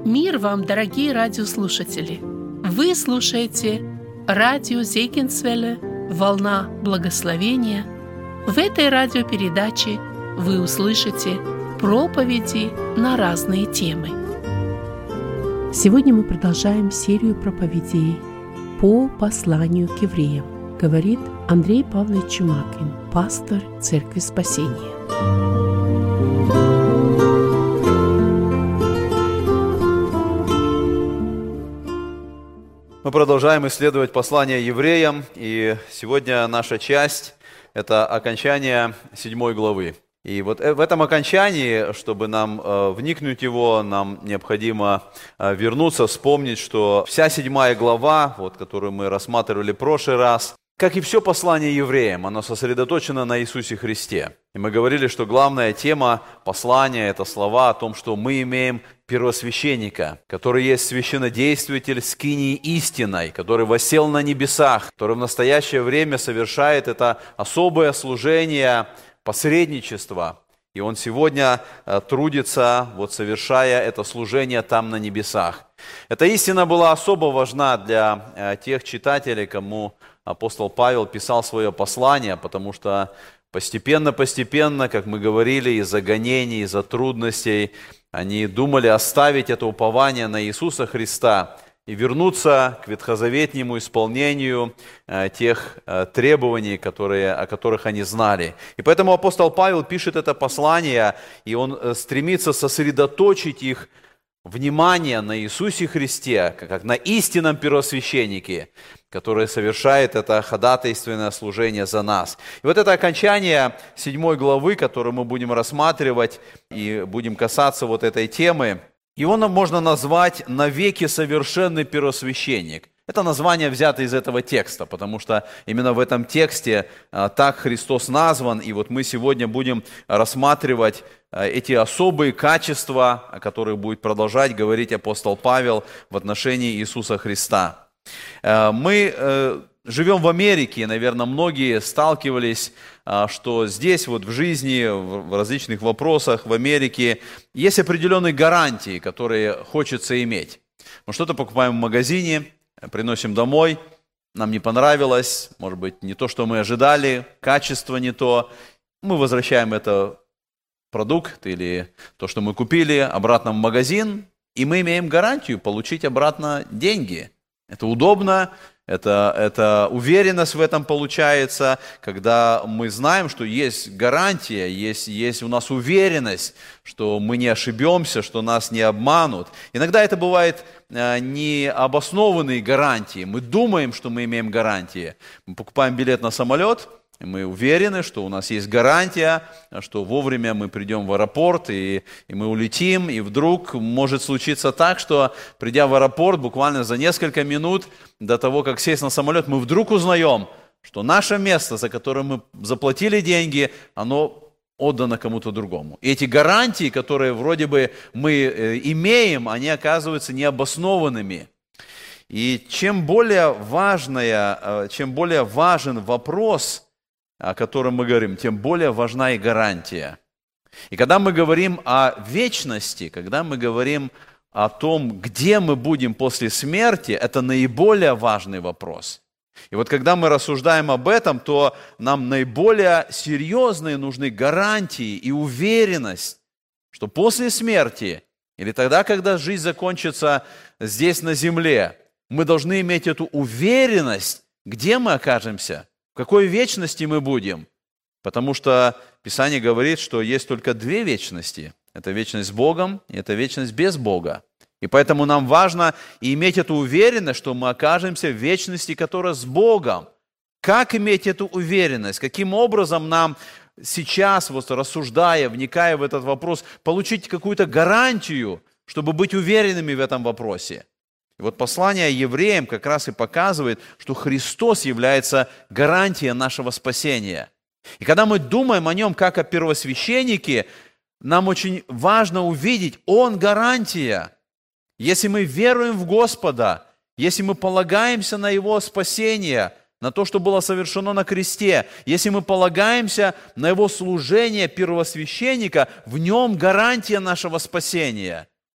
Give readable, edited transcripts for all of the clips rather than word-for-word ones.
Мир вам, дорогие радиослушатели! Вы слушаете радио Зегенсвелле «Волна благословения». В этой радиопередаче вы услышите проповеди на разные темы. Сегодня мы продолжаем серию проповедей по посланию к евреям, говорит Андрей Павлович Чумакин, пастор Церкви Спасения. Мы продолжаем исследовать послание евреям, и сегодня наша часть – это окончание 7 главы. И вот в этом окончании, чтобы нам вникнуть в его, нам необходимо вернуться, вспомнить, что вся 7 глава, которую мы рассматривали в прошлый раз, как и все послание евреям, оно сосредоточено на Иисусе Христе. И мы говорили, что главная тема послания – это слова о том, что мы имеем первосвященника, который есть священнодействитель скинии истинной, который воссел на небесах, который в настоящее время совершает это особое служение посредничества. И он сегодня трудится, совершая это служение там на небесах. Эта истина была особо важна для тех читателей, кому апостол Павел писал свое послание, потому что постепенно, как мы говорили, из-за гонений, из-за трудностей, они думали оставить это упование на Иисуса Христа и вернуться к ветхозаветнему исполнению тех требований, о которых они знали. И поэтому апостол Павел пишет это послание, и он стремится сосредоточить их внимание на Иисусе Христе, как на истинном первосвященнике, который совершает это ходатайственное служение за нас. И вот это окончание 7 главы, которую мы будем рассматривать и будем касаться этой темы, его можно назвать «навеки совершенный первосвященник». Это название взято из этого текста, потому что именно в этом тексте так Христос назван, и мы сегодня будем рассматривать эти особые качества, о которых будет продолжать говорить апостол Павел в отношении Иисуса Христа. Мы живем в Америке, и, наверное, многие сталкивались, что здесь в жизни, в различных вопросах в Америке есть определенные гарантии, которые хочется иметь. Мы что-то покупаем в магазине, приносим домой, нам не понравилось, может быть, не то, что мы ожидали, качество не то, мы возвращаем это продукт или то, что мы купили, обратно в магазин, и мы имеем гарантию получить обратно деньги. Это удобно, это уверенность в этом получается, когда мы знаем, что есть гарантия, есть у нас уверенность, что мы не ошибемся, что нас не обманут. Иногда это бывает необоснованные гарантии. Мы думаем, что мы имеем гарантии. Мы покупаем билет на самолет, и мы уверены, что у нас есть гарантия, что вовремя мы придем в аэропорт, и мы улетим, и вдруг может случиться так, что, придя в аэропорт, буквально за несколько минут до того, как сесть на самолет, мы вдруг узнаем, что наше место, за которое мы заплатили деньги, оно отдано кому-то другому. И эти гарантии, которые вроде бы мы имеем, они оказываются необоснованными. И чем более важен вопрос, о котором мы говорим, тем более важна и гарантия. И когда мы говорим о вечности, когда мы говорим о том, где мы будем после смерти, это наиболее важный вопрос. И когда мы рассуждаем об этом, то нам наиболее серьезные нужны гарантии и уверенность, что после смерти, или тогда, когда жизнь закончится здесь на земле, мы должны иметь эту уверенность, где мы окажемся, в какой вечности мы будем. Потому что Писание говорит, что есть только 2 вечности. Это вечность с Богом и это вечность без Бога. И поэтому нам важно иметь эту уверенность, что мы окажемся в вечности, которая с Богом. Как иметь эту уверенность? Каким образом нам сейчас, рассуждая, вникая в этот вопрос, получить какую-то гарантию, чтобы быть уверенными в этом вопросе? И послание евреям как раз и показывает, что Христос является гарантией нашего спасения. И когда мы думаем о Нем как о первосвященнике, нам очень важно увидеть, Он гарантия. Если мы веруем в Господа, если мы полагаемся на Его спасение, на то, что было совершено на кресте, если мы полагаемся на Его служение первосвященника, в Нем гарантия нашего спасения.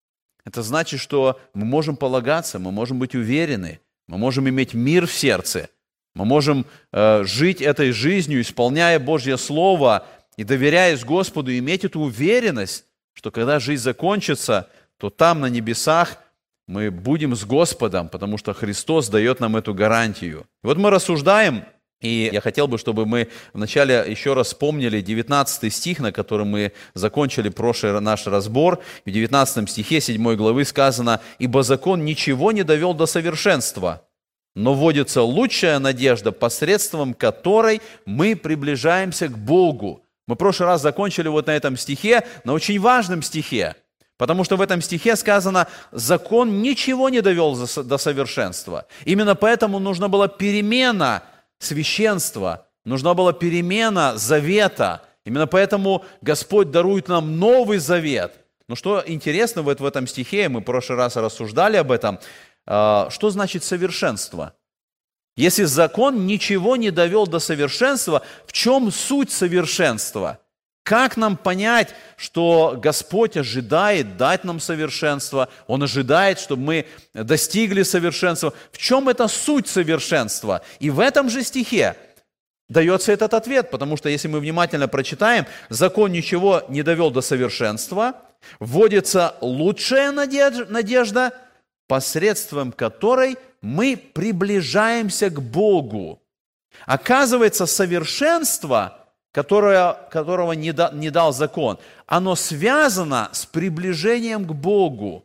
Это значит, что мы можем полагаться, мы можем быть уверены, мы можем иметь мир в сердце, мы можем жить этой жизнью, исполняя Божье Слово и доверяясь Господу, иметь эту уверенность, что когда жизнь закончится, то там, на небесах, мы будем с Господом, потому что Христос дает нам эту гарантию. И вот мы рассуждаем, и я хотел бы, чтобы мы вначале еще раз вспомнили 19 стих, на котором мы закончили прошлый наш разбор. В 19 стихе 7 главы сказано: «Ибо закон ничего не довел до совершенства, но вводится лучшая надежда, посредством которой мы приближаемся к Богу». Мы в прошлый раз закончили вот на этом стихе, на очень важном стихе, потому что в этом стихе сказано: закон ничего не довел до совершенства. Именно поэтому нужна была перемена священства, нужна была перемена завета. Именно поэтому Господь дарует нам новый завет. Но что интересно в этом стихе, мы в прошлый раз рассуждали об этом, что значит совершенство? Если закон ничего не довел до совершенства, в чем суть совершенства? Как нам понять, что Господь ожидает дать нам совершенство? Он ожидает, чтобы мы достигли совершенства. В чем эта суть совершенства? И в этом же стихе дается этот ответ, потому что если мы внимательно прочитаем, закон ничего не довел до совершенства, вводится лучшая надежда, посредством которой мы приближаемся к Богу. Оказывается, совершенство, которого не дал закон, оно связано с приближением к Богу.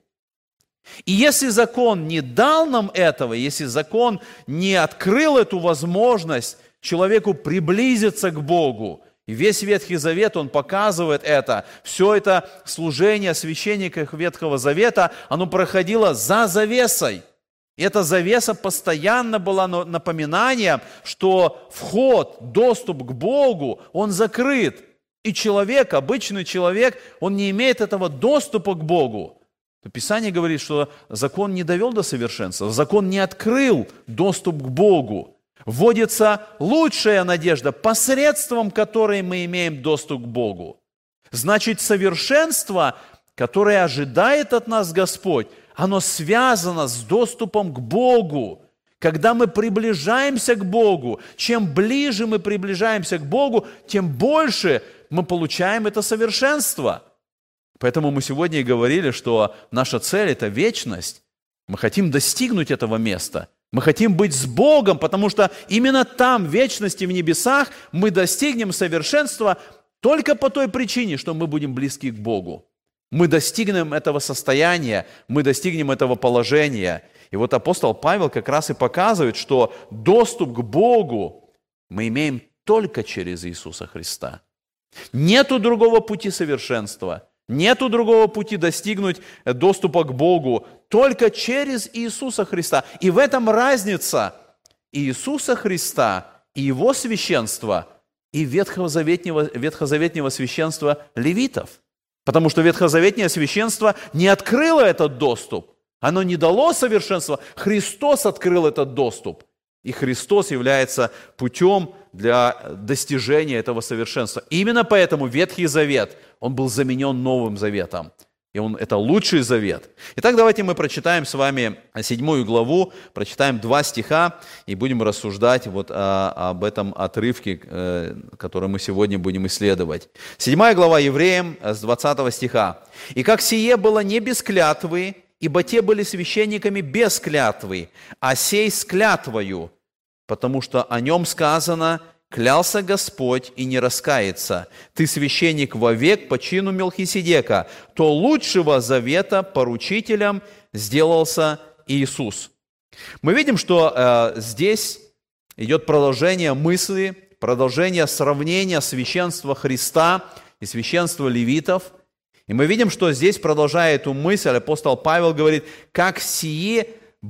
И если закон не дал нам этого, если закон не открыл эту возможность человеку приблизиться к Богу, и весь Ветхий Завет, он показывает это, все это служение священников Ветхого Завета, оно проходило за завесой. И эта завеса постоянно была напоминанием, что вход, доступ к Богу, он закрыт. И человек, обычный человек, он не имеет этого доступа к Богу. Писание говорит, что закон не довел до совершенства, закон не открыл доступ к Богу. Вводится лучшая надежда, посредством которой мы имеем доступ к Богу. Значит, совершенство, которое ожидает от нас Господь, оно связано с доступом к Богу. Когда мы приближаемся к Богу, чем ближе мы приближаемся к Богу, тем больше мы получаем это совершенство. Поэтому мы сегодня и говорили, что наша цель – это вечность. Мы хотим достигнуть этого места. Мы хотим быть с Богом, потому что именно там, в вечности, в небесах, мы достигнем совершенства только по той причине, что мы будем близки к Богу. Мы достигнем этого состояния, мы достигнем этого положения. И вот апостол Павел как раз и показывает, что доступ к Богу мы имеем только через Иисуса Христа. Нету другого пути совершенства, нету другого пути достигнуть доступа к Богу, только через Иисуса Христа. И в этом разница Иисуса Христа и Его священства и ветхозаветнего священства левитов. Потому что ветхозаветное священство не открыло этот доступ. Оно не дало совершенства. Христос открыл этот доступ. И Христос является путем для достижения этого совершенства. Именно поэтому Ветхий Завет, он был заменен Новым Заветом. И это лучший завет. Итак, давайте мы прочитаем с вами 7 главу, прочитаем 2 стиха и будем рассуждать вот об этом отрывке, который мы сегодня будем исследовать. 7 глава Евреям с 20 стиха. «И как сие было не без клятвы, ибо те были священниками без клятвы, а сей с клятвою, потому что о нем сказано: клялся Господь и не раскается. Ты священник вовек по чину Мелхиседека, то лучшего завета поручителем сделался Иисус». Мы видим, что здесь идет продолжение мысли, продолжение сравнения священства Христа и священства левитов. И мы видим, что здесь, продолжая эту мысль, апостол Павел говорит, как сие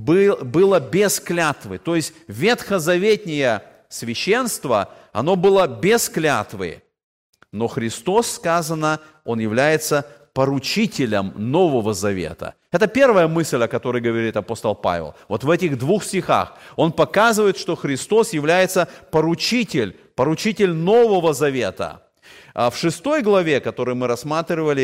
было без клятвы. То есть ветхозаветнее священство, оно было без клятвы. Но Христос, сказано, Он является поручителем Нового Завета. Это первая мысль, о которой говорит апостол Павел. Вот в этих 2 стихах он показывает, что Христос является поручитель Нового Завета. А в 6 главе, которую мы рассматривали,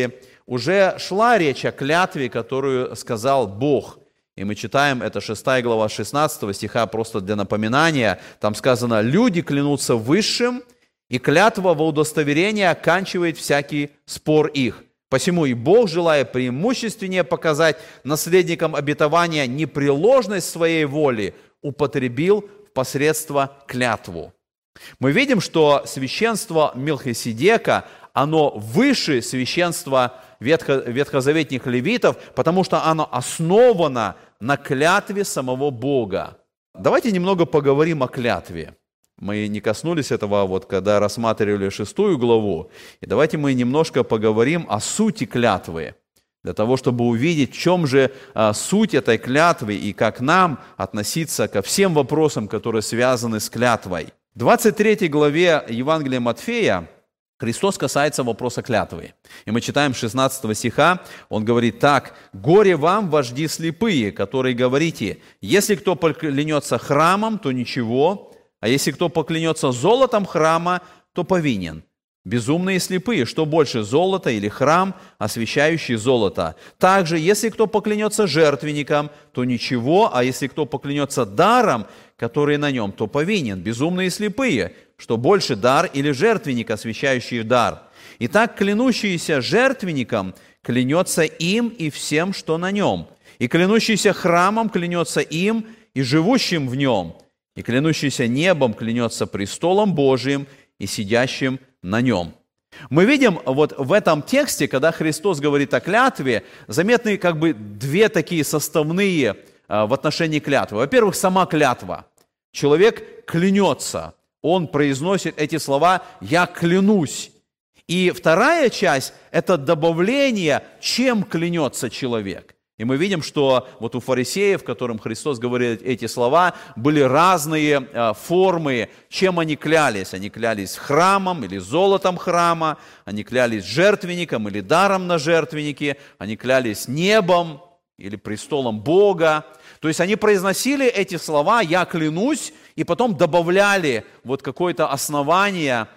уже шла речь о клятве, которую сказал Бог. И мы читаем, это 6 глава 16 стиха, просто для напоминания. Там сказано: «Люди клянутся высшим, и клятва во удостоверение оканчивает всякий спор их. Посему и Бог, желая преимущественнее показать наследникам обетования непреложность своей воли, употребил в посредство клятву». Мы видим, что священство Мелхиседека, оно выше священства ветхозаветных левитов, потому что оно основано на клятве самого Бога. Давайте немного поговорим о клятве. Мы не коснулись этого, когда рассматривали 6 главу. И давайте мы немножко поговорим о сути клятвы, для того, чтобы увидеть, в чем же суть этой клятвы и как нам относиться ко всем вопросам, которые связаны с клятвой. В 23 главе Евангелия Матфея Христос касается вопроса клятвы. И мы читаем 16 стиха, Он говорит так: «Горе вам, вожди слепые, которые говорите, если кто поклянется храмом, то ничего, а если кто поклянется золотом храма, то повинен. Безумные слепые, что больше, золото или храм, освящающий золото? Также, если кто поклянется жертвенником, то ничего, а если кто поклянется даром, который на нем, то повинен. Безумные слепые, что больше, дар или жертвенник, освящающий дар? Итак, клянущийся жертвенником клянется им и всем, что на нем, и клянущийся храмом клянется им и живущим в нем, и клянущийся небом клянется престолом Божиим и сидящим на нем». Мы видим в этом тексте, когда Христос говорит о клятве, заметны две такие составные в отношении клятвы. Во-первых, сама клятва. Человек клянется, он произносит эти слова «я клянусь». И вторая часть – это добавление, чем клянется человек. И мы видим, что у фарисеев, которым Христос говорит эти слова, были разные формы, чем они клялись. Они клялись храмом или золотом храма, они клялись жертвенником или даром на жертвеннике, они клялись небом или престолом Бога. То есть они произносили эти слова «я клянусь», и потом добавляли какое-то основание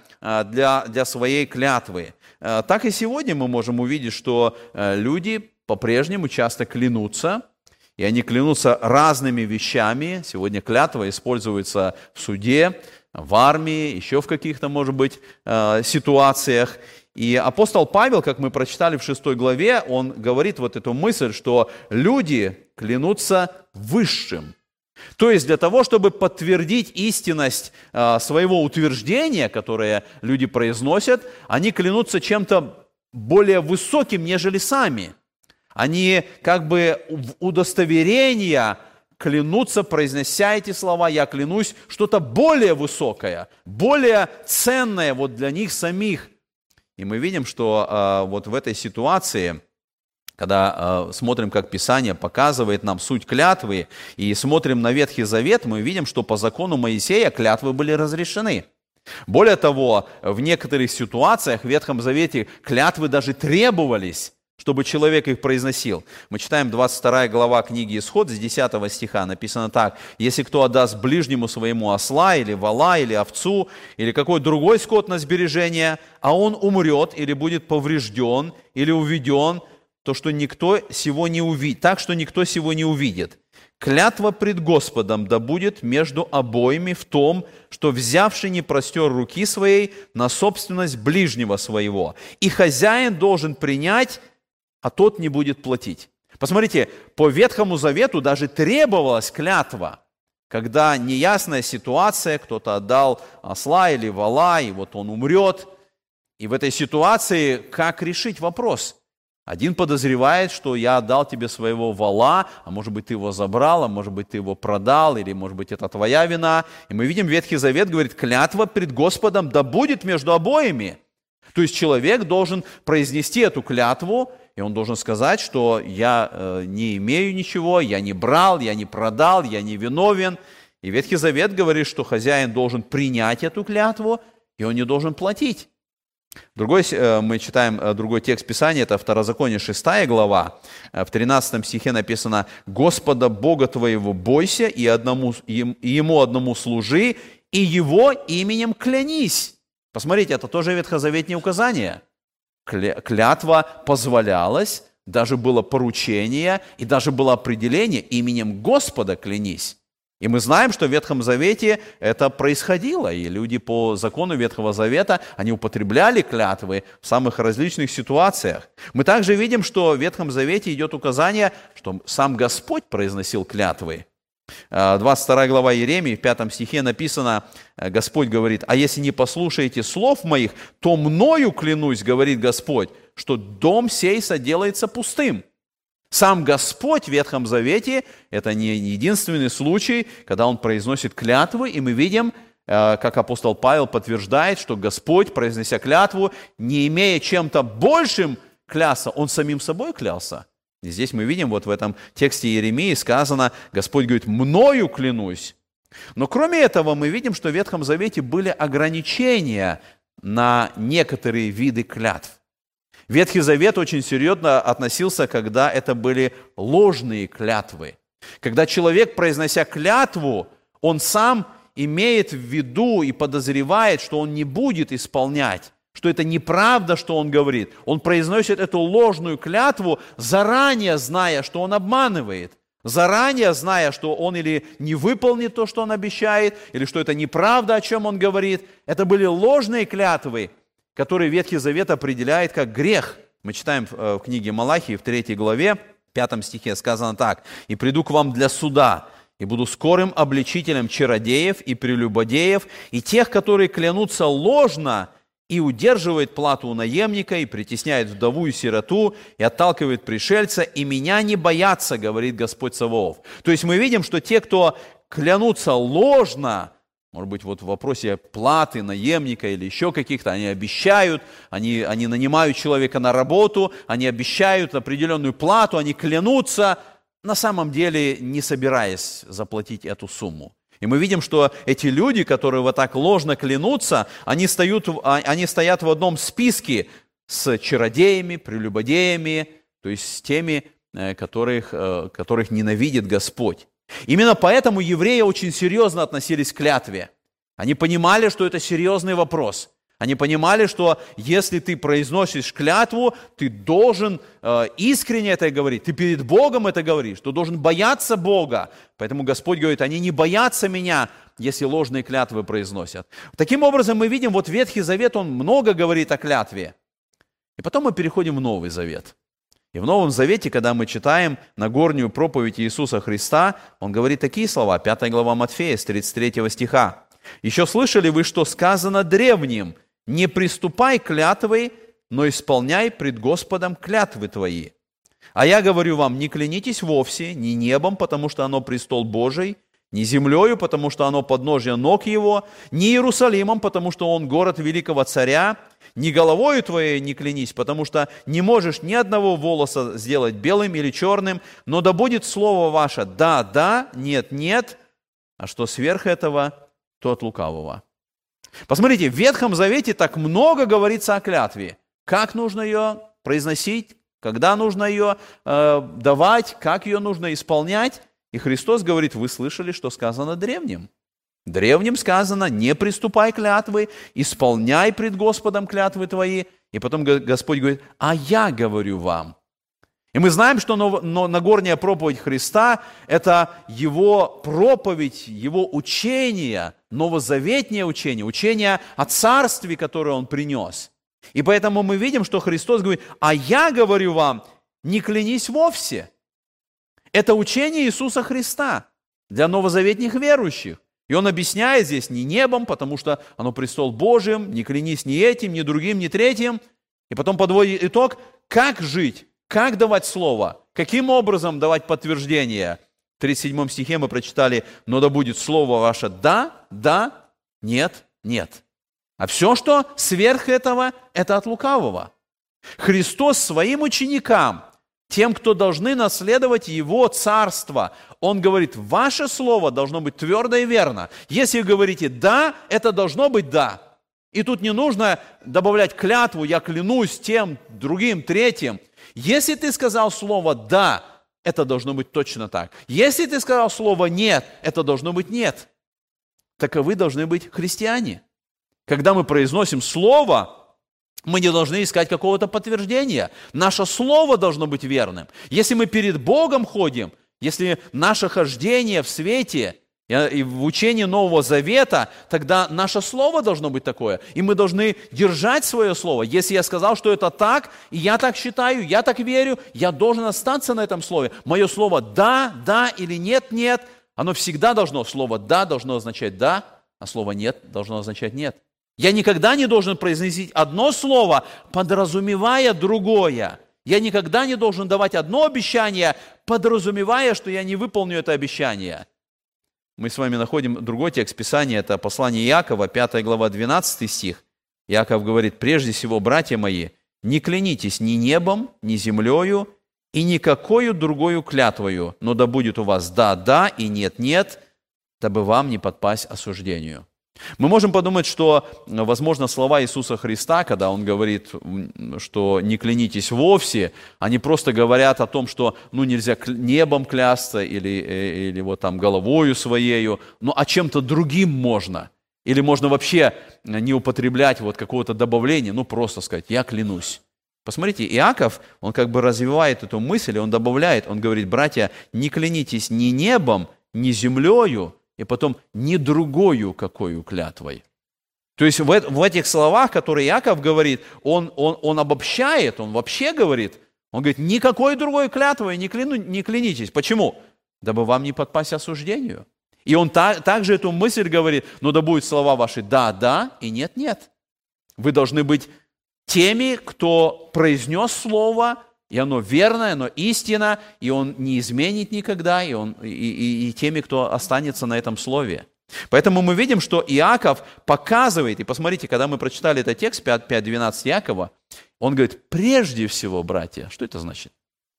для своей клятвы. Так и сегодня мы можем увидеть, что люди по-прежнему часто клянутся, и они клянутся разными вещами. Сегодня клятва используется в суде, в армии, еще в каких-то, может быть, ситуациях. И апостол Павел, как мы прочитали в 6 главе, он говорит эту мысль, что люди клянутся высшим. То есть для того, чтобы подтвердить истинность своего утверждения, которое люди произносят, они клянутся чем-то более высоким, нежели сами. Они в удостоверение клянутся, произнося эти слова «я клянусь», что-то более высокое, более ценное для них самих. И мы видим, что в этой ситуации, когда смотрим, как Писание показывает нам суть клятвы, и смотрим на Ветхий Завет, мы видим, что по закону Моисея клятвы были разрешены. Более того, в некоторых ситуациях в Ветхом Завете клятвы даже требовались, чтобы человек их произносил. Мы читаем 22 глава книги Исход, с 10 стиха, написано так: «Если кто отдаст ближнему своему осла, или вола, или овцу, или какой другой скот на сбережение, а он умрет, или будет поврежден, или уведен, то что никто сего не увидит, так что никто сего не увидит. Клятва пред Господом да будет между обоими в том, что взявший не простер руки своей на собственность ближнего своего, и хозяин должен принять, а тот не будет платить». Посмотрите, по Ветхому Завету даже требовалась клятва, когда неясная ситуация, кто-то отдал осла или вола, и он умрет. И в этой ситуации как решить вопрос? Один подозревает, что я отдал тебе своего вола, а может быть ты его забрал, а может быть ты его продал, или может быть это твоя вина. И мы видим, Ветхий Завет говорит, клятва пред Господом да будет между обоими. То есть человек должен произнести эту клятву, и он должен сказать, что я не имею ничего, я не брал, я не продал, я не виновен. И Ветхий Завет говорит, что хозяин должен принять эту клятву, и он не должен платить. Мы читаем другой текст Писания, это Второзаконие 6 глава. В 13 стихе написано: «Господа Бога твоего бойся, и Ему одному служи, и Его именем клянись». Посмотрите, это тоже ветхозаветные указания. Клятва позволялась, даже было поручение и даже было определение: именем Господа клянись. И мы знаем, что в Ветхом Завете это происходило, и люди по закону Ветхого Завета, они употребляли клятвы в самых различных ситуациях. Мы также видим, что в Ветхом Завете идет указание, что сам Господь произносил клятвы. 22 глава Иеремии, в 5 стихе написано, Господь говорит: «А если не послушаете слов моих, то мною клянусь, говорит Господь, что дом сей соделается пустым». Сам Господь в Ветхом Завете – это не единственный случай, когда Он произносит клятвы, и мы видим, как апостол Павел подтверждает, что Господь, произнося клятву, не имея чем-то большим клясться, Он самим собой клялся. И здесь мы видим, вот в этом тексте Иеремии сказано, Господь говорит: «Мною клянусь». Но кроме этого мы видим, что в Ветхом Завете были ограничения на некоторые виды клятв. Ветхий Завет очень серьезно относился, когда это были ложные клятвы. Когда человек, произнося клятву, он сам имеет в виду и подозревает, что он не будет исполнять, что это неправда, что он говорит. Он произносит эту ложную клятву, заранее зная, что он обманывает, заранее зная, что он или не выполнит то, что он обещает, или что это неправда, о чем он говорит. Это были ложные клятвы, который Ветхий Завет определяет как грех. Мы читаем в книге Малахии, в 3 главе, 5 стихе сказано так: «И приду к вам для суда, и буду скорым обличителем чародеев и прелюбодеев, и тех, которые клянутся ложно, и удерживают плату у наемника, и притесняют вдову и сироту, и отталкивают пришельца, и меня не боятся, говорит Господь Саваоф». То есть мы видим, что те, кто клянутся ложно, может быть, вот в вопросе платы, наемника или еще каких-то, они обещают, они нанимают человека на работу, они обещают определенную плату, они клянутся, на самом деле не собираясь заплатить эту сумму. И мы видим, что эти люди, которые вот так ложно клянутся, они стоят в одном списке с чародеями, прелюбодеями, то есть с теми, которых ненавидит Господь. Именно поэтому евреи очень серьезно относились к клятве. Они понимали, что это серьезный вопрос. Они понимали, что если ты произносишь клятву, ты должен искренне это говорить, ты перед Богом это говоришь, ты должен бояться Бога. Поэтому Господь говорит: они не боятся меня, если ложные клятвы произносят. Таким образом, мы видим, вот Ветхий Завет, он много говорит о клятве. И потом мы переходим в Новый Завет. И в Новом Завете, когда мы читаем Нагорную проповедь Иисуса Христа, Он говорит такие слова, 5 глава Матфея, с 33 стиха. «Еще слышали вы, что сказано древним: не приступай клятвой, но исполняй пред Господом клятвы твои. А я говорю вам, не клянитесь вовсе, ни небом, потому что оно престол Божий, ни землею, потому что оно подножие ног Его, ни Иерусалимом, потому что он город великого царя, ни головою твоей не клянись, потому что не можешь ни одного волоса сделать белым или черным, но да будет слово ваше «да, да», «нет, нет», а что сверх этого, то от лукавого». Посмотрите, в Ветхом Завете так много говорится о клятве. Как нужно ее произносить, когда нужно ее давать, как ее нужно исполнять. И Христос говорит: вы слышали, что сказано древним. Древним сказано: не приступай клятвы, исполняй пред Господом клятвы твои. И потом Господь говорит: а я говорю вам. И мы знаем, что Нагорная проповедь Христа – это Его проповедь, Его учение, новозаветнее учение, учение о Царстве, которое Он принес. И поэтому мы видим, что Христос говорит: а я говорю вам, не клянись вовсе. Это учение Иисуса Христа для новозаветних верующих. И Он объясняет здесь: не небом, потому что оно престол Божиим, не клянись ни этим, ни другим, ни третьим. И потом подводит итог, как жить, как давать слово, каким образом давать подтверждение. В 37 стихе мы прочитали: но да будет слово ваше да, да, нет, нет. А все, что сверх этого, это от лукавого. Христос своим ученикам, тем, кто должны наследовать Его Царство, Он говорит: ваше слово должно быть твердо и верно. Если вы говорите «да», это должно быть «да». И тут не нужно добавлять клятву: я клянусь тем, другим, третьим. Если ты сказал слово «да», это должно быть точно так. Если ты сказал слово «нет», это должно быть «нет». Таковы должны быть христиане. Когда мы произносим слово, Мы не должны искать какого-то подтверждения. Наше слово должно быть верным. Если мы перед Богом ходим, если наше хождение в свете и в учении Нового Завета, тогда наше слово должно быть такое. И мы должны держать свое слово. Если я сказал, что это так, и я так считаю, я так верю, я должен остаться на этом слове. Мое слово «да», «да» или «нет», «нет», оно всегда должно, слово «да» должно означать «да», а слово «нет» должно означать «нет». Я никогда не должен произносить одно слово, подразумевая другое. Я никогда не должен давать одно обещание, подразумевая, что я не выполню это обещание. Мы с вами находим другой текст Писания, это послание Иакова, 5 глава, 12 стих. Иаков говорит: «Прежде всего, братья мои, не клянитесь ни небом, ни землею, и никакою другою клятвою, но да будет у вас да, да, и нет, нет, дабы вам не подпасть осуждению». Мы можем подумать, что, возможно, слова Иисуса Христа, когда Он говорит, что не клянитесь вовсе, они просто говорят о том, что нельзя небом клясться или вот там головою своею, а чем-то другим можно. Или можно вообще не употреблять вот какого-то добавления, просто сказать «я клянусь». Посмотрите, Иаков, он как бы развивает эту мысль, и он добавляет, он говорит: «Братья, не клянитесь ни небом, ни землею, и потом ни другою какою клятвой». То есть в этих словах, которые Иаков говорит, он обобщает, он вообще говорит, он говорит: никакой другой клятвой не клянитесь. Почему? Дабы вам не подпасть осуждению. И он также эту мысль говорит: да будут слова ваши да, да и нет, нет. Вы должны быть теми, кто произнес слово, и оно верное, оно истина, и он не изменит никогда, и теми, кто останется на этом слове. Поэтому мы видим, что Иаков показывает, и посмотрите, когда мы прочитали этот текст, 5:12 Иакова, он говорит: прежде всего, братья, что это значит?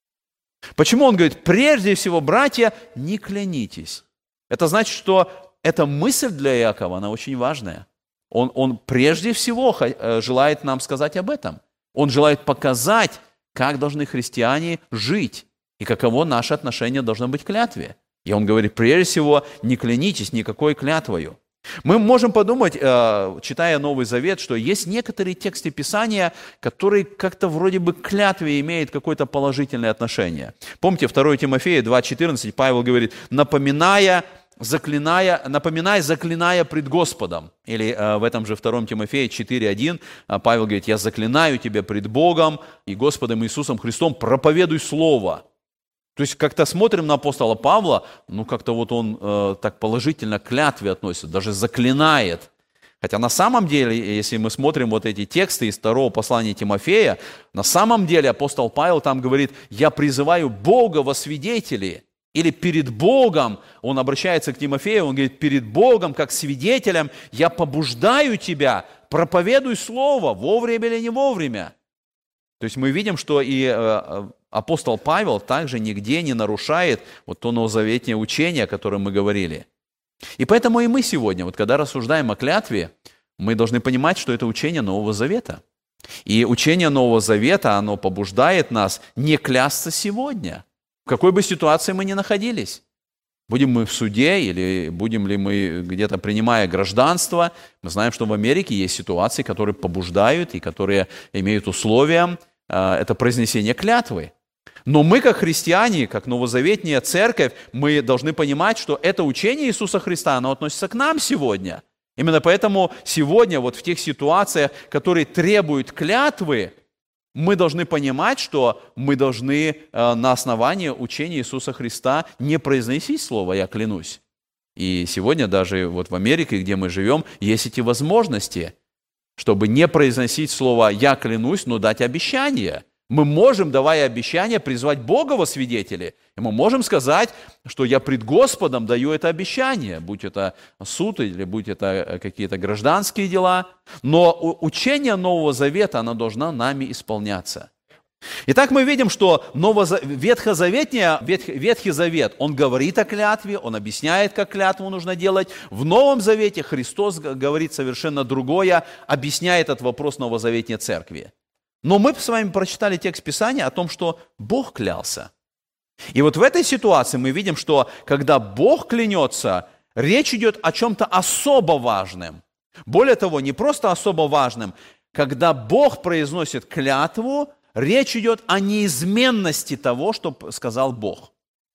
Почему он говорит: прежде всего, братья, не клянитесь? Это значит, что эта мысль для Иакова, она очень важная. Он прежде всего желает нам сказать об этом. Он желает показать, как должны христиане жить и каково наше отношение должно быть к клятве. И он говорит: прежде всего, не клянитесь никакой клятвою. Мы можем подумать, читая Новый Завет, что есть некоторые тексты Писания, которые как-то вроде бы к клятве имеют какое-то положительное отношение. Помните, 2 Тимофея 2:14 Павел говорит: напоминай, заклиная пред Господом. Или в этом же 2 Тимофея 4:1 Павел говорит: я заклинаю тебя пред Богом и Господом Иисусом Христом, проповедуй Слово. То есть как-то смотрим на апостола Павла, как-то вот он так положительно к клятве относится, даже заклинает. Хотя на самом деле, если мы смотрим вот эти тексты из 2 послания Тимофея, на самом деле апостол Павел там говорит: я призываю Бога во свидетели. Или перед Богом, он обращается к Тимофею, он говорит: перед Богом, как свидетелем, я побуждаю тебя, проповедуй Слово, вовремя или не вовремя. То есть мы видим, что и апостол Павел также нигде не нарушает вот то новозаветное учение, о котором мы говорили. И поэтому и мы сегодня, вот когда рассуждаем о клятве, мы должны понимать, что это учение Нового Завета. И учение Нового Завета, оно побуждает нас не клясться сегодня, в какой бы ситуации мы ни находились. Будем мы в суде или будем ли мы где-то принимая гражданство, мы знаем, что в Америке есть ситуации, которые побуждают и которые имеют условием это произнесение клятвы. Но мы, как христиане, как новозаветная церковь, мы должны понимать, что это учение Иисуса Христа, оно относится к нам сегодня. Именно поэтому сегодня вот в тех ситуациях, которые требуют клятвы, мы должны понимать, что мы должны на основании учения Иисуса Христа не произносить слово «я клянусь». И сегодня даже вот в Америке, где мы живем, есть эти возможности, чтобы не произносить слово «я клянусь», но дать обещание. Мы можем, давая обещание, призвать Бога во свидетели. И мы можем сказать, что я пред Господом даю это обещание, будь это суд или будь это какие-то гражданские дела. Но учение Нового Завета, оно должно нами исполняться. Итак, мы видим, что Ветхий Завет, он говорит о клятве, он объясняет, как клятву нужно делать. В Новом Завете Христос говорит совершенно другое, объясняет этот вопрос новозаветной церкви. Но мы с вами прочитали текст Писания о том, что Бог клялся. И вот в этой ситуации мы видим, что когда Бог клянется, речь идет о чем-то особо важном. Более того, не просто особо важным. когда Бог произносит клятву, речь идет о неизменности того, что сказал Бог.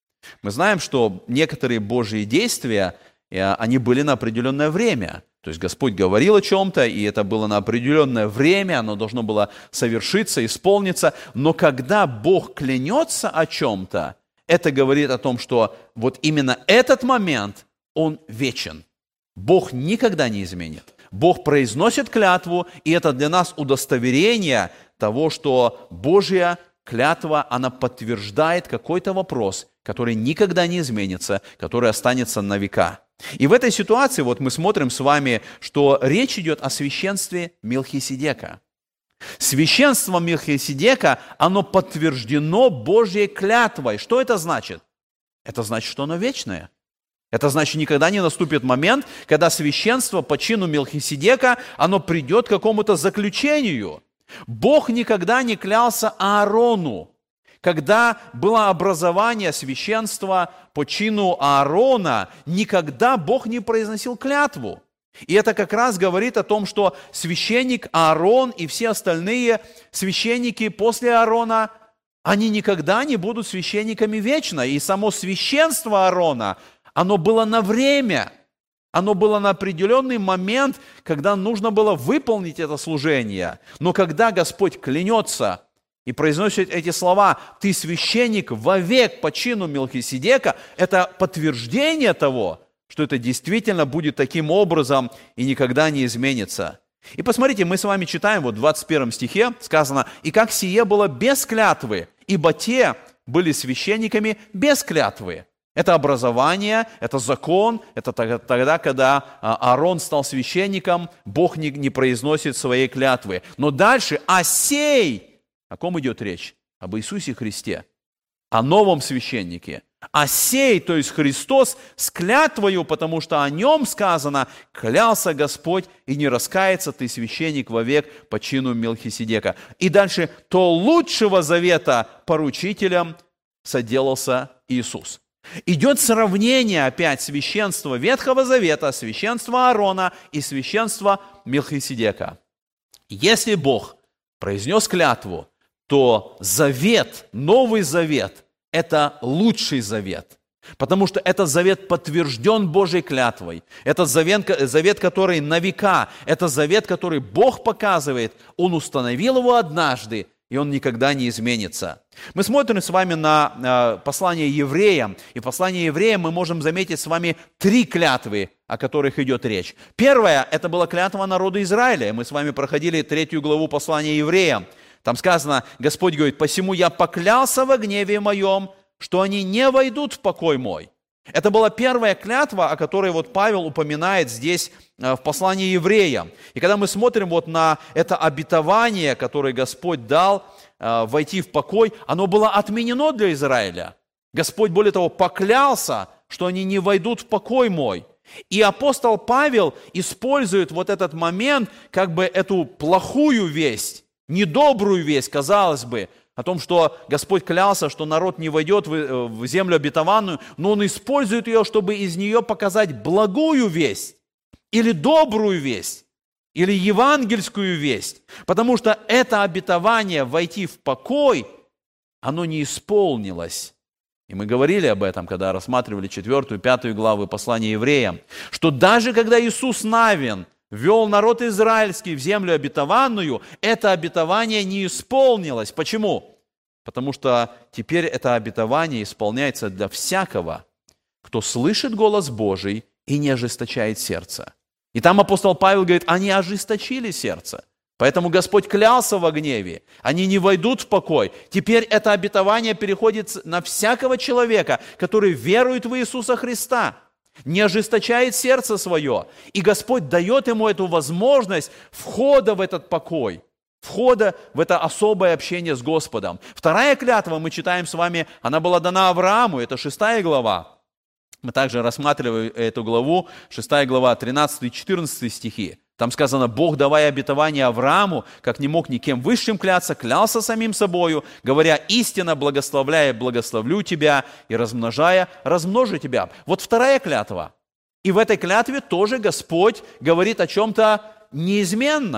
Мы знаем, что некоторые Божьи действия, они были на определенное время. То есть Господь говорил о чем-то, и это было на определенное время, оно должно было совершиться, исполниться. Но когда Бог клянется о чем-то, это говорит о том, что вот именно этот момент, он вечен. Бог никогда не изменит. Бог произносит клятву, и это для нас удостоверение того, что Божья клятва, она подтверждает какой-то вопрос, который никогда не изменится, который останется на века. И в этой ситуации вот мы смотрим с вами, что речь идет о священстве Мелхиседека. Священство Мелхиседека, оно подтверждено Божьей клятвой. Что это значит? Это значит, что оно вечное. Это значит, никогда не наступит момент, когда священство по чину Мелхиседека, оно придет к какому-то заключению. Бог никогда не клялся Аарону. Когда было образование священства по чину Аарона, никогда Бог не произносил клятву. И это как раз говорит о том, что священник Аарон и все остальные священники после Аарона, они никогда не будут священниками вечно. И само священство Аарона, оно было на время, оно было на определенный момент, когда нужно было выполнить это служение. Но когда Господь клянется и произносит эти слова: «Ты священник вовек по чину Мелхиседека», это подтверждение того, что это действительно будет таким образом и никогда не изменится. И посмотрите, мы с вами читаем, вот в 21 стихе сказано: «И как сие было без клятвы, ибо те были священниками без клятвы». Это образование, это закон, это тогда, когда Аарон стал священником, Бог не произносит своей клятвы. Но дальше, а сей, о ком идет речь? Об Иисусе Христе, о новом священнике. А сей, то есть Христос, с клятвою, потому что о нем сказано: «Клялся Господь, и не раскается ты, священник, вовек по чину Мелхиседека». И дальше, то лучшего завета поручителем соделался Иисус. Идет сравнение опять священства Ветхого Завета, священства Аарона и священства Мелхиседека. Если Бог произнес клятву, то завет, Новый Завет – это лучший завет, потому что этот завет подтвержден Божьей клятвой. Это завет, который на века, это завет, который Бог показывает, Он установил его однажды, и он никогда не изменится. Мы смотрим с вами на послание евреям, и в послании евреям мы можем заметить с вами 3 клятвы, о которых идет речь. Первая – это была клятва народу Израиля. Мы с вами проходили 3 главу послания евреям. Там сказано, Господь говорит: «Посему я поклялся во гневе моем, что они не войдут в покой мой». Это была первая клятва, о которой вот Павел упоминает здесь в послании евреям. И когда мы смотрим вот на это обетование, которое Господь дал, войти в покой, оно было отменено для Израиля. Господь, более того, поклялся, что они не войдут в покой мой. И апостол Павел использует вот этот момент, как бы эту плохую весть, недобрую весть, казалось бы, о том, что Господь клялся, что народ не войдет в землю обетованную, но Он использует ее, чтобы из нее показать благую весть, или добрую весть, или евангельскую весть. Потому что это обетование войти в покой, оно не исполнилось. И мы говорили об этом, когда рассматривали 4 и 5 главы послания евреям, что даже когда Иисус Навин ввел народ израильский в землю обетованную, это обетование не исполнилось. Почему? Потому что теперь это обетование исполняется для всякого, кто слышит голос Божий и не ожесточает сердце. И там апостол Павел говорит: они ожесточили сердце. Поэтому Господь клялся во гневе. Они не войдут в покой. Теперь это обетование переходит на всякого человека, который верует в Иисуса Христа, не ожесточает сердце свое. И Господь дает ему эту возможность входа в этот покой, входа в это особое общение с Господом. Вторая клятва, мы читаем с вами, она была дана Аврааму, это 6 глава. Мы также рассматриваем эту главу, 6 глава, 13 и 14 стихи. Там сказано: «Бог, давая обетование Аврааму, как не мог никем высшим кляться, клялся самим собою, говоря: истинно благословляя, благословлю тебя, и размножая, размножу тебя». Вот вторая клятва. И в этой клятве тоже Господь говорит о чем-то неизменном.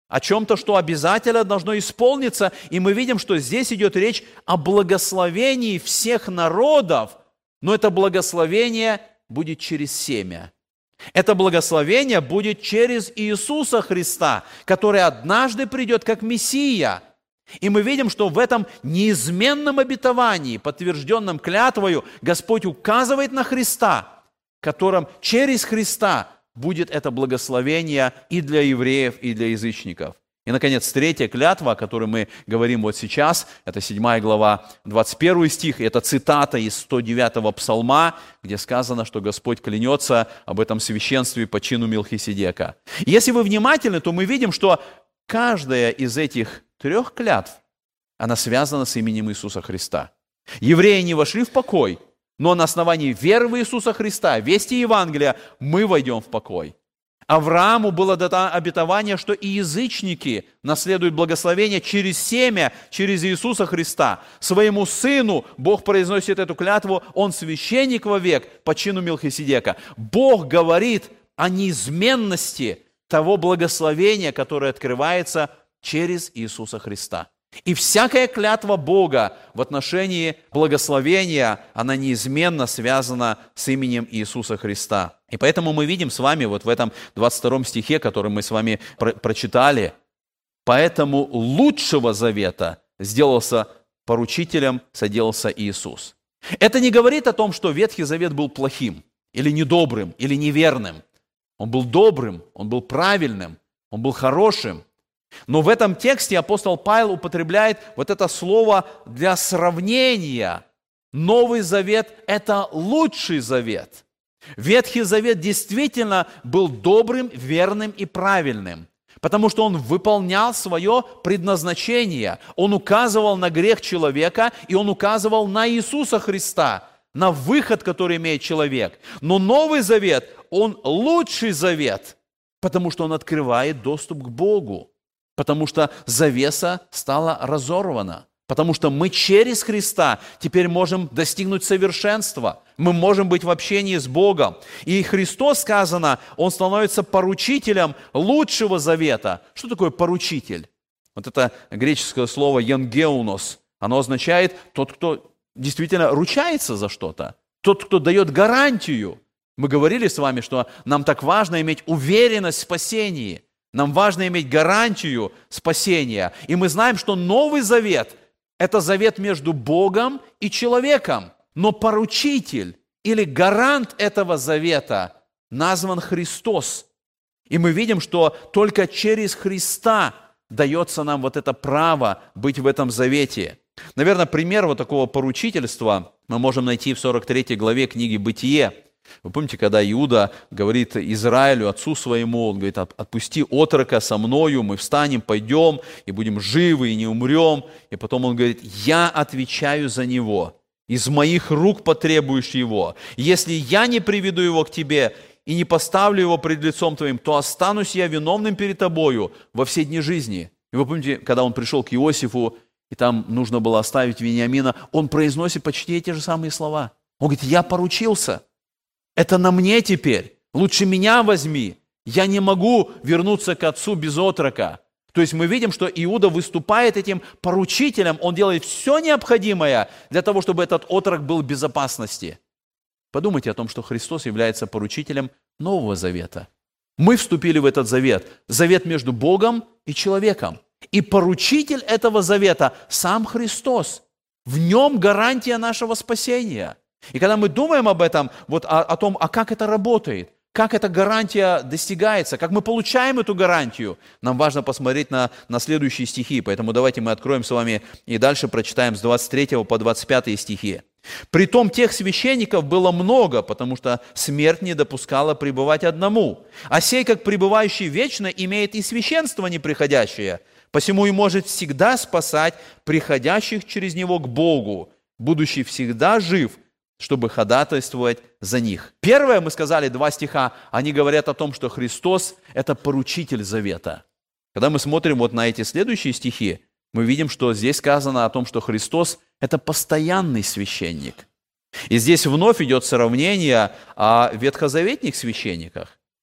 о чем-то, что обязательно должно исполниться. И мы видим, что здесь идет речь о благословении всех народов, но это благословение будет через семя. Это благословение будет через Иисуса Христа, который однажды придет как Мессия. И мы видим, что в этом неизменном обетовании, подтвержденном клятвою, Господь указывает на Христа, которым через Христа будет это благословение и для евреев, и для язычников. И, наконец, третья клятва, о которой мы говорим вот сейчас, это 7 глава, 21 стих, и это цитата из 109-го псалма, где сказано, что Господь клянется об этом священстве по чину Мелхиседека. И если вы внимательны, то мы видим, что каждая из этих 3 клятв, она связана с именем Иисуса Христа. Евреи не вошли в покой, но на основании веры в Иисуса Христа, вести Евангелия, мы войдем в покой. Аврааму было дано обетование, что и язычники наследуют благословение через семя, через Иисуса Христа. Своему сыну Бог произносит эту клятву, он священник вовек по чину Мелхиседека. Бог говорит о неизменности того благословения, которое открывается через Иисуса Христа. И всякая клятва Бога в отношении благословения, она неизменно связана с именем Иисуса Христа. И поэтому мы видим с вами вот в этом 22 стихе, который мы с вами прочитали, «Поэтому лучшего завета сделался поручителем, соделался Иисус». Это не говорит о том, что Ветхий Завет был плохим, или недобрым, или неверным. Он был добрым, он был правильным, он был хорошим. Но в этом тексте апостол Павел употребляет вот это слово для сравнения. Новый Завет – это лучший завет. Ветхий Завет действительно был добрым, верным и правильным, потому что он выполнял свое предназначение. Он указывал на грех человека, и он указывал на Иисуса Христа, на выход, который имеет человек. Но Новый Завет, он лучший завет, потому что он открывает доступ к Богу. Потому что завеса стала разорвана. Потому что мы через Христа теперь можем достигнуть совершенства. Мы можем быть в общении с Богом. И Христос, сказано, Он становится поручителем лучшего завета. Что такое поручитель? Вот это греческое слово «енгеунос». Оно означает тот, кто действительно ручается за что-то. Тот, кто дает гарантию. Мы говорили с вами, что нам так важно иметь уверенность в спасении. Нам важно иметь гарантию спасения. И мы знаем, что Новый Завет – это завет между Богом и человеком. Но поручитель или гарант этого завета назван Христос. И мы видим, что только через Христа дается нам вот это право быть в этом завете. Наверное, пример вот такого поручительства мы можем найти в 43 главе книги «Бытие». Вы помните, когда Иуда говорит Израилю, отцу своему, он говорит: отпусти отрока со мною, мы встанем, пойдем, и будем живы, и не умрем. И потом он говорит: я отвечаю за него, из моих рук потребуешь его. Если я не приведу его к тебе и не поставлю его пред лицом твоим, то останусь я виновным перед тобою во все дни жизни. И вы помните, когда он пришел к Иосифу, и там нужно было оставить Вениамина, он произносит почти эти же самые слова. Он говорит: я поручился. Это на мне теперь. Лучше меня возьми. Я не могу вернуться к отцу без отрока. То есть мы видим, что Иуда выступает этим поручителем. Он делает все необходимое для того, чтобы этот отрок был в безопасности. Подумайте о том, что Христос является поручителем Нового Завета. Мы вступили в этот завет. Завет между Богом и человеком. И поручитель этого завета сам Христос. В нем гарантия нашего спасения. И когда мы думаем об этом, вот о том, как это работает, как эта гарантия достигается, как мы получаем эту гарантию, нам важно посмотреть на следующие стихи. Поэтому давайте мы откроем с вами и дальше прочитаем с 23 по 25 стихи. «Притом тех священников было много, потому что смерть не допускала пребывать одному. А сей, как пребывающий вечно, имеет и священство неприходящее, посему и может всегда спасать приходящих через него к Богу, будучи всегда жив, чтобы ходатайствовать за них». Первое, мы сказали, 2 стиха, они говорят о том, что Христос – это поручитель завета. Когда мы смотрим вот на эти следующие стихи, мы видим, что здесь сказано о том, что Христос – это постоянный священник. И здесь вновь идет сравнение о ветхозаветных священниках.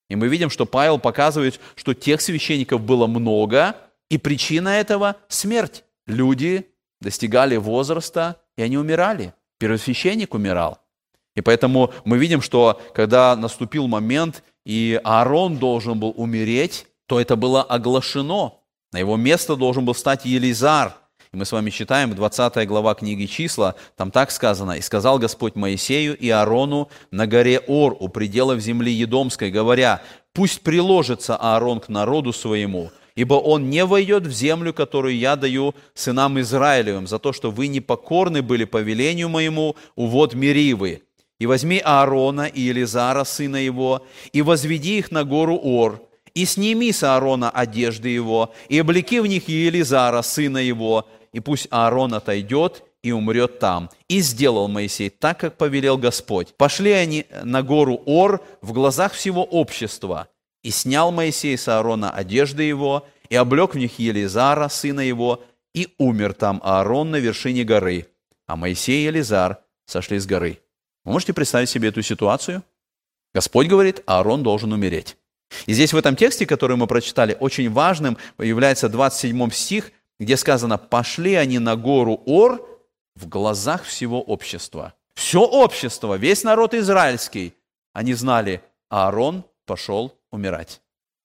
И мы видим, что Павел показывает, что тех священников было много, и причина этого – смерть. Люди достигали возраста, и они умирали. Первосвященник умирал. И поэтому мы видим, что когда наступил момент, и Аарон должен был умереть, то это было оглашено. На его место должен был стать Елизар. И мы с вами читаем 20 глава книги «Числа», там так сказано: «И сказал Господь Моисею и Аарону на горе Ор у пределов земли Едомской, говоря: пусть приложится Аарон к народу своему, ибо он не войдет в землю, которую я даю сынам Израилевым, за то, что вы непокорны были повелению моему у вод Меривы. И возьми Аарона и Елизара, сына его, и возведи их на гору Ор, и сними с Аарона одежды его, и облеки в них Елизара, сына его, и пусть Аарон отойдет и умрет там». И сделал Моисей так, как повелел Господь. Пошли они на гору Ор в глазах всего общества. И снял Моисей с Аарона одежды его, и облек в них Елизара, сына его, и умер там Аарон на вершине горы. А Моисей и Елизар сошли с горы. Вы можете представить себе эту ситуацию? Господь говорит, Аарон должен умереть. И здесь в этом тексте, который мы прочитали, очень важным является 27 стих, где сказано: «Пошли они на гору Ор в глазах всего общества». Все общество, весь народ израильский, они знали, Аарон пошел умирать.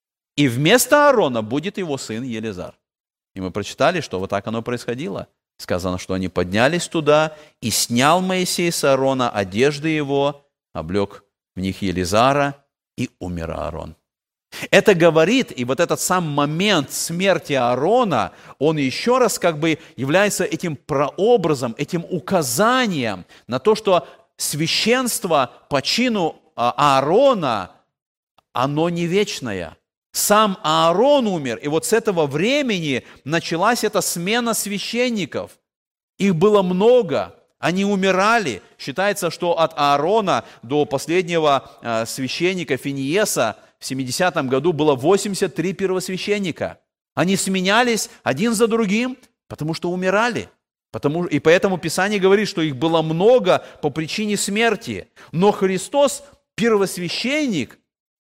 И вместо Аарона будет его сын Елизар. И мы прочитали, что вот так оно происходило. Сказано, что они поднялись туда, и снял Моисей с Аарона одежды его, облек в них Елизара, и умер Аарон. Это говорит, и вот этот сам момент смерти Аарона, он еще раз как бы является этим прообразом, этим указанием на то, что священство по чину Аарона, оно не вечное. Сам Аарон умер, и вот с этого времени началась эта смена священников. Их было много, они умирали. Считается, что от Аарона до последнего священника Финиеса в 70-м году было 83 первосвященника. Они сменялись один за другим, потому что умирали. И поэтому Писание говорит, что их было много по причине смерти. Но Христос первосвященник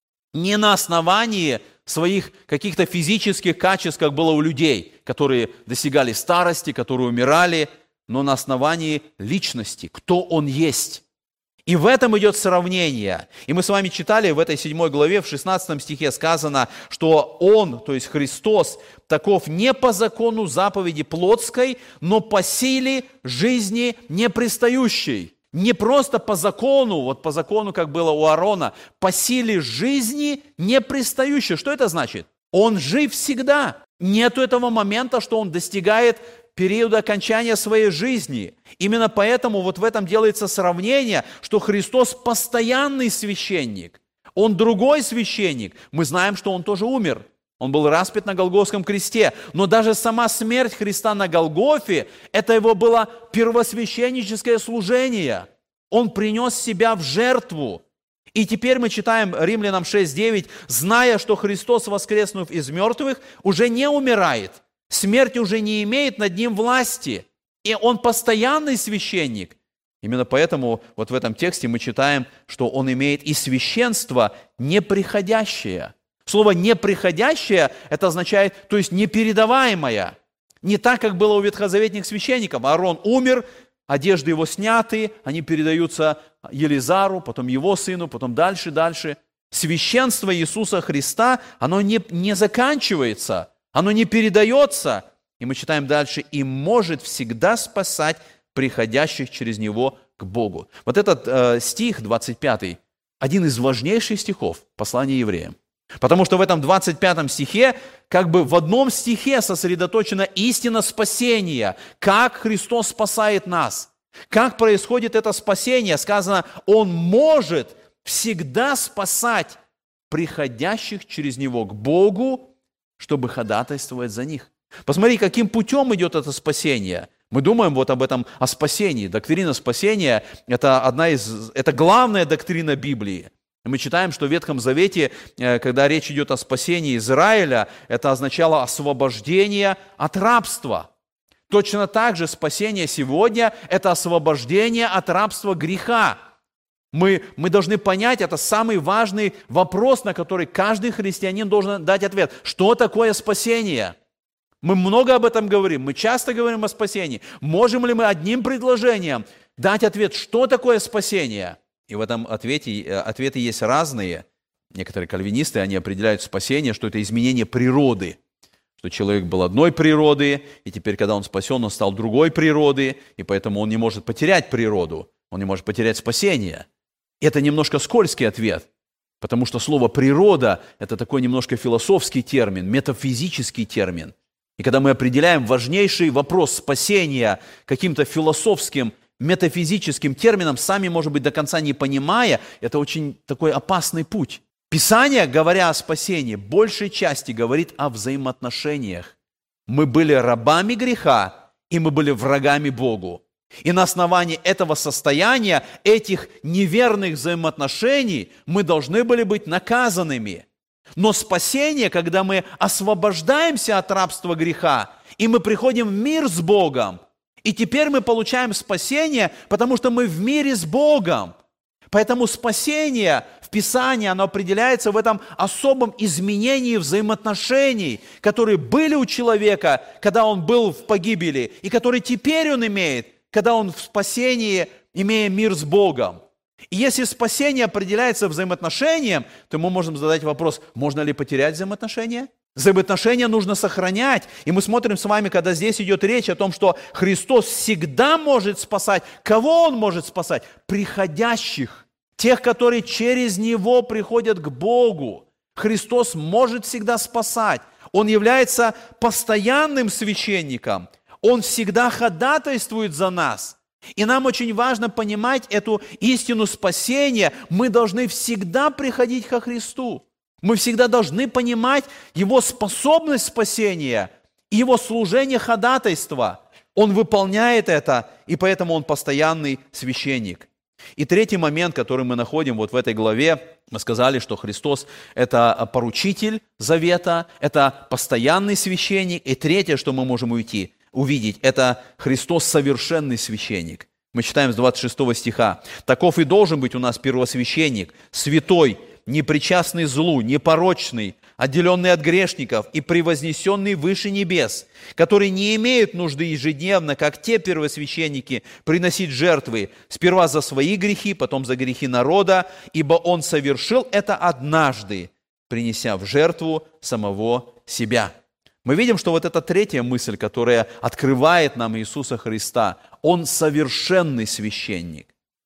не на основании своих каких-то физических качеств, как было у людей, которые достигали старости, которые умирали, но на основании личности, кто Он есть. И в этом идет сравнение. И мы с вами читали в этой 7 главе, в 16 стихе сказано, что Он, то есть Христос, таков не по закону заповеди плотской, но по силе жизни непристающей. Не просто по закону, вот по закону, как было у Аарона, по силе жизни непристающей. Что это значит? Он жив всегда. Нету этого момента, что он достигает периода окончания своей жизни. Именно поэтому вот в этом делается сравнение, что Христос постоянный священник. Он другой священник. Мы знаем, что Он тоже умер. Он был распят на Голгофском кресте. Но даже сама смерть Христа на Голгофе, это Его было первосвященническое служение. Он принес себя в жертву. И теперь мы читаем Римлянам 6:9, зная, что Христос, воскреснув из мертвых, уже не умирает. Смерть уже не имеет над Ним власти. И Он постоянный священник. Именно поэтому вот в этом тексте мы читаем, что Он имеет и священство неприходящее. Слово «неприходящее» это означает, то есть непередаваемое. Не так, как было у ветхозаветных священников. Аарон умер, одежды его сняты, они передаются Елизару, потом его сыну, потом дальше. Священство Иисуса Христа, оно не заканчивается, оно не передается. И мы читаем дальше, и может всегда спасать приходящих через Него к Богу. Вот этот стих 25, один из важнейших стихов послания евреям. Потому что в этом 25 стихе, как бы в одном стихе сосредоточена истина спасения. Как Христос спасает нас. Как происходит это спасение. Сказано, Он может всегда спасать приходящих через Него к Богу, чтобы ходатайствовать за них. Посмотри, каким путем идет это спасение. Мы думаем вот об этом, о спасении. Доктрина спасения – это главная доктрина Библии. Мы читаем, что в Ветхом Завете, когда речь идет о спасении Израиля, это означало освобождение от рабства. Точно так же спасение сегодня – это освобождение от рабства греха. Мы должны понять, это самый важный вопрос, на который каждый христианин должен дать ответ. Что такое спасение? Мы много об этом говорим, мы часто говорим о спасении. Можем ли мы одним предложением дать ответ, что такое спасение? И в этом ответы есть разные. Некоторые кальвинисты, они определяют спасение, что это изменение природы. Что человек был одной природы, и теперь, когда он спасен, он стал другой природы, и поэтому он не может потерять природу, он не может потерять спасение. Это немножко скользкий ответ, потому что слово «природа» – это такой немножко философский термин, метафизический термин. И когда мы определяем важнейший вопрос спасения каким-то философским, метафизическим термином, сами, может быть, до конца не понимая, это очень такой опасный путь. Писание, говоря о спасении, большей части говорит о взаимоотношениях. Мы были рабами греха, и мы были врагами Богу. И на основании этого состояния, этих неверных взаимоотношений, мы должны были быть наказанными. Но спасение, когда мы освобождаемся от рабства греха, и мы приходим в мир с Богом, и теперь мы получаем спасение, потому что мы в мире с Богом. Поэтому спасение в Писании, оно определяется в этом особом изменении взаимоотношений, которые были у человека, когда он был в погибели, и которые теперь он имеет, когда он в спасении, имея мир с Богом. И если спасение определяется взаимоотношением, то мы можем задать вопрос, можно ли потерять взаимоотношения? Взаимоотношения нужно сохранять. И мы смотрим с вами, когда здесь идет речь о том, что Христос всегда может спасать. Кого Он может спасать? Приходящих. Тех, которые через Него приходят к Богу. Христос может всегда спасать. Он является постоянным священником. Он всегда ходатайствует за нас. И нам очень важно понимать эту истину спасения. Мы должны всегда приходить ко Христу. Мы всегда должны понимать Его способность спасения и Его служение ходатайства. Он выполняет это, и поэтому Он постоянный священник. И третий момент, который мы находим вот в этой главе, мы сказали, что Христос – это поручитель завета, это постоянный священник. И третье, что мы можем увидеть, это Христос совершенный священник. Мы читаем с 26 стиха. «Таков и должен быть у нас первосвященник, святой, непричастный злу, непорочный, отделенный от грешников и превознесенный выше небес, который не имеет нужды ежедневно, как те первосвященники, приносить жертвы, сперва за свои грехи, потом за грехи народа, ибо Он совершил это однажды, принеся в жертву самого себя». Мы видим, что вот эта третья мысль, которая открывает нам Иисуса Христа, Он совершенный священник.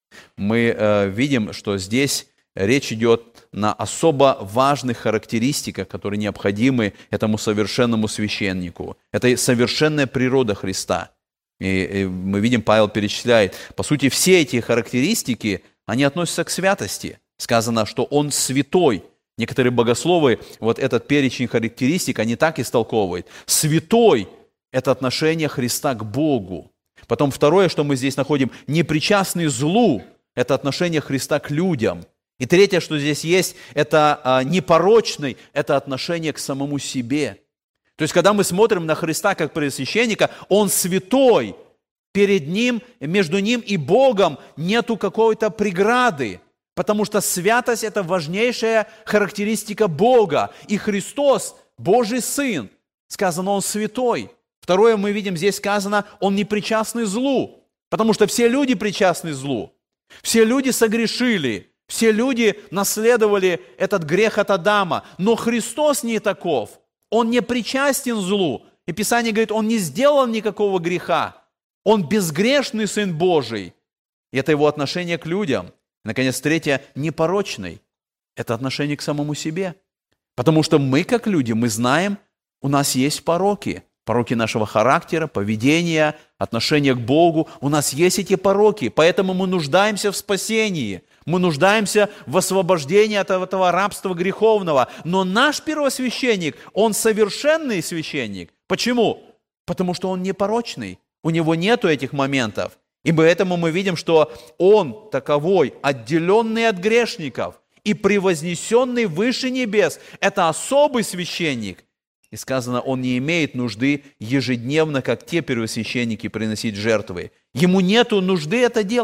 Мы видим, что здесь речь идет на особо важных характеристиках, которые необходимы этому совершенному священнику. Это совершенная природа Христа. И мы видим, Павел перечисляет, по сути, все эти характеристики, они относятся к святости. Сказано, что Он святой. Некоторые богословы вот этот перечень характеристик, они так истолковывают. Святой – это отношение Христа к Богу. Потом второе, что мы здесь находим, непричастный злу – это отношение Христа к людям. И третье, что здесь есть, это непорочный, это отношение к самому себе. То есть, когда мы смотрим на Христа как первосвященника, Он святой, перед Ним, между Ним и Богом нету какой-то преграды, потому что святость – это важнейшая характеристика Бога. И Христос, Божий Сын, сказано, Он святой. Второе, мы видим, здесь сказано, Он не причастный злу, потому что все люди причастны злу. Все люди согрешили, все люди наследовали этот грех от Адама, но Христос не таков. Он не причастен злу. И Писание говорит, Он не сделал никакого греха. Он безгрешный Сын Божий. И это Его отношение к людям. И, наконец, третье, непорочный. Это отношение к самому себе. Потому что мы, как люди, мы знаем, у нас есть пороки. Пороки нашего характера, поведения, отношения к Богу. У нас есть эти пороки, поэтому мы нуждаемся в спасении. Мы нуждаемся в освобождении от этого рабства греховного. Но наш первосвященник, он совершенный священник. Почему? Потому что он непорочный. У него нету этих моментов. И поэтому мы видим, что он таковой, отделенный от грешников и превознесенный выше небес. Это особый священник. И сказано, он не имеет нужды ежедневно, как те первосвященники, приносить жертвы. Ему нету нужды это делать.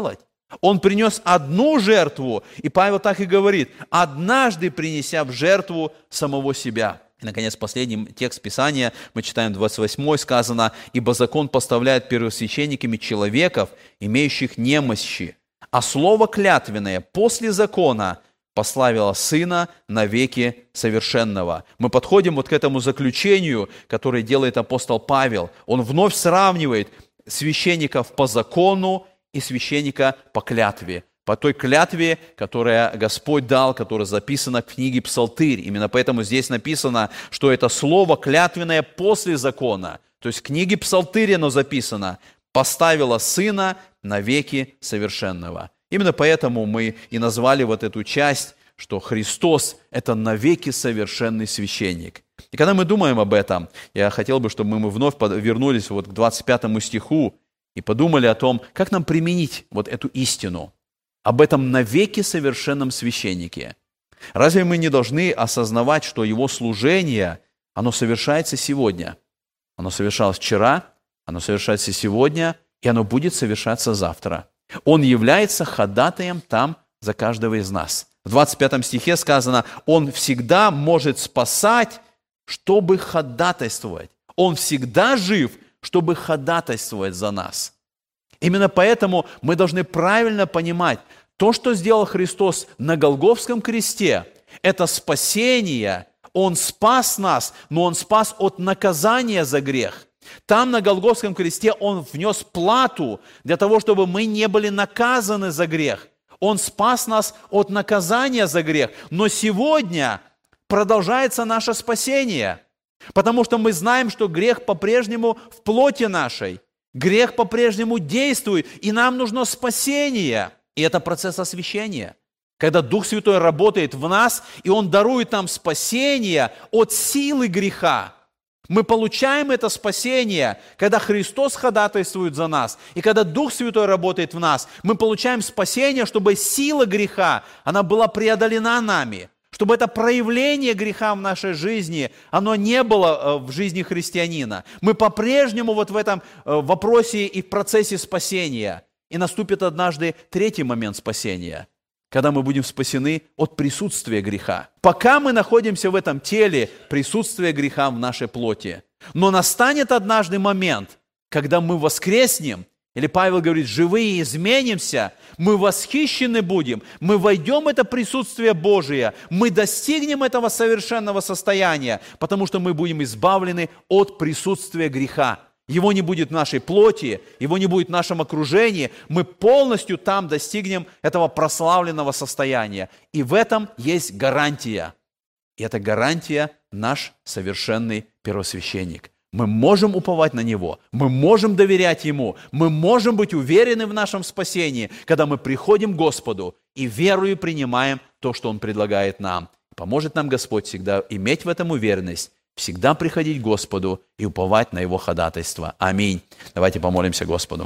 Он принес одну жертву, и Павел так и говорит: однажды принеся в жертву самого себя. И, наконец, последний текст Писания, мы читаем 28, сказано: «Ибо закон поставляет первосвященниками человеков, имеющих немощи, а слово клятвенное после закона пославило Сына навеки совершенного». Мы подходим вот к этому заключению, которое делает апостол Павел. Он вновь сравнивает священников по закону и священника по клятве. По той клятве, которую Господь дал, которая записана в книге Псалтырь. Именно поэтому здесь написано, что это слово клятвенное после закона. То есть в книге Псалтырь оно записано: «Поставила Сына навеки совершенного». Именно поэтому мы и назвали вот эту часть, что Христос – это навеки совершенный священник. И когда мы думаем об этом, я хотел бы, чтобы мы вновь вернулись вот к 25 стиху и подумали о том, как нам применить вот эту истину об этом навеки совершенном священнике. Разве мы не должны осознавать, что его служение, оно совершается сегодня? Оно совершалось вчера, оно совершается сегодня, и оно будет совершаться завтра. Он является ходатаем там за каждого из нас. В 25 стихе сказано: «Он всегда может спасать, чтобы ходатайствовать». Он всегда жив, чтобы ходатайствовать за нас. Именно поэтому мы должны правильно понимать, то, что сделал Христос на Голгофском кресте, это спасение. Он спас нас, но Он спас от наказания за грех. Там, на Голгофском кресте, Он внес плату для того, чтобы мы не были наказаны за грех. Он спас нас от наказания за грех. Но сегодня продолжается наше спасение, потому что мы знаем, что грех по-прежнему в плоти нашей. Грех по-прежнему действует, и нам нужно спасение. И это процесс освящения. Когда Дух Святой работает в нас, и Он дарует нам спасение от силы греха. Мы получаем это спасение, когда Христос ходатайствует за нас, и когда Дух Святой работает в нас, мы получаем спасение, чтобы сила греха, она была преодолена нами, чтобы это проявление греха в нашей жизни, оно не было в жизни христианина. Мы по-прежнему вот в этом вопросе и в процессе спасения. И наступит однажды третий момент спасения, когда мы будем спасены от присутствия греха. Пока мы находимся в этом теле, присутствие греха в нашей плоти. Но настанет однажды момент, когда мы воскреснем, или Павел говорит, живые изменимся, мы восхищены будем, мы войдем в это присутствие Божие, мы достигнем этого совершенного состояния, потому что мы будем избавлены от присутствия греха. Его не будет в нашей плоти, его не будет в нашем окружении, мы полностью там достигнем этого прославленного состояния. И в этом есть гарантия. И эта гарантия наш совершенный первосвященник. Мы можем уповать на Него, мы можем доверять Ему, мы можем быть уверены в нашем спасении, когда мы приходим к Господу и верою принимаем то, что Он предлагает нам. Поможет нам Господь всегда иметь в этом уверенность, всегда приходить к Господу и уповать на Его ходатайство. Аминь. Давайте помолимся Господу.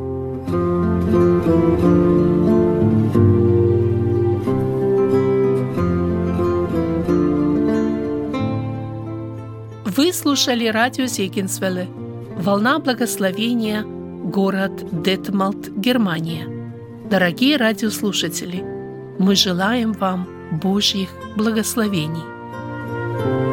Вы слушали радио Зегенсвелле «Волна благословения», город Детмалт, Германия. Дорогие радиослушатели, мы желаем вам Божьих благословений.